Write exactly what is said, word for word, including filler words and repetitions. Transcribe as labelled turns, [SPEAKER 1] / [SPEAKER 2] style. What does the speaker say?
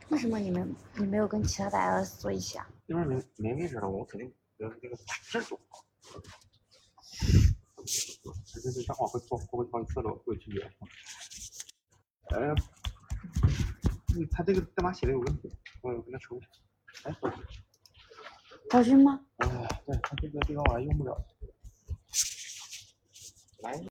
[SPEAKER 1] 为什么你们你没有跟其他的 L S 坐一起啊？
[SPEAKER 2] 因为没没位置了，我肯定那个这种。这这正好会坐会好几次了，会去远。呃，他这个代码写的有问题，我跟他抽一下。哎，
[SPEAKER 1] 赵军吗？
[SPEAKER 2] 哎，对他这个这个玩意用不了。来。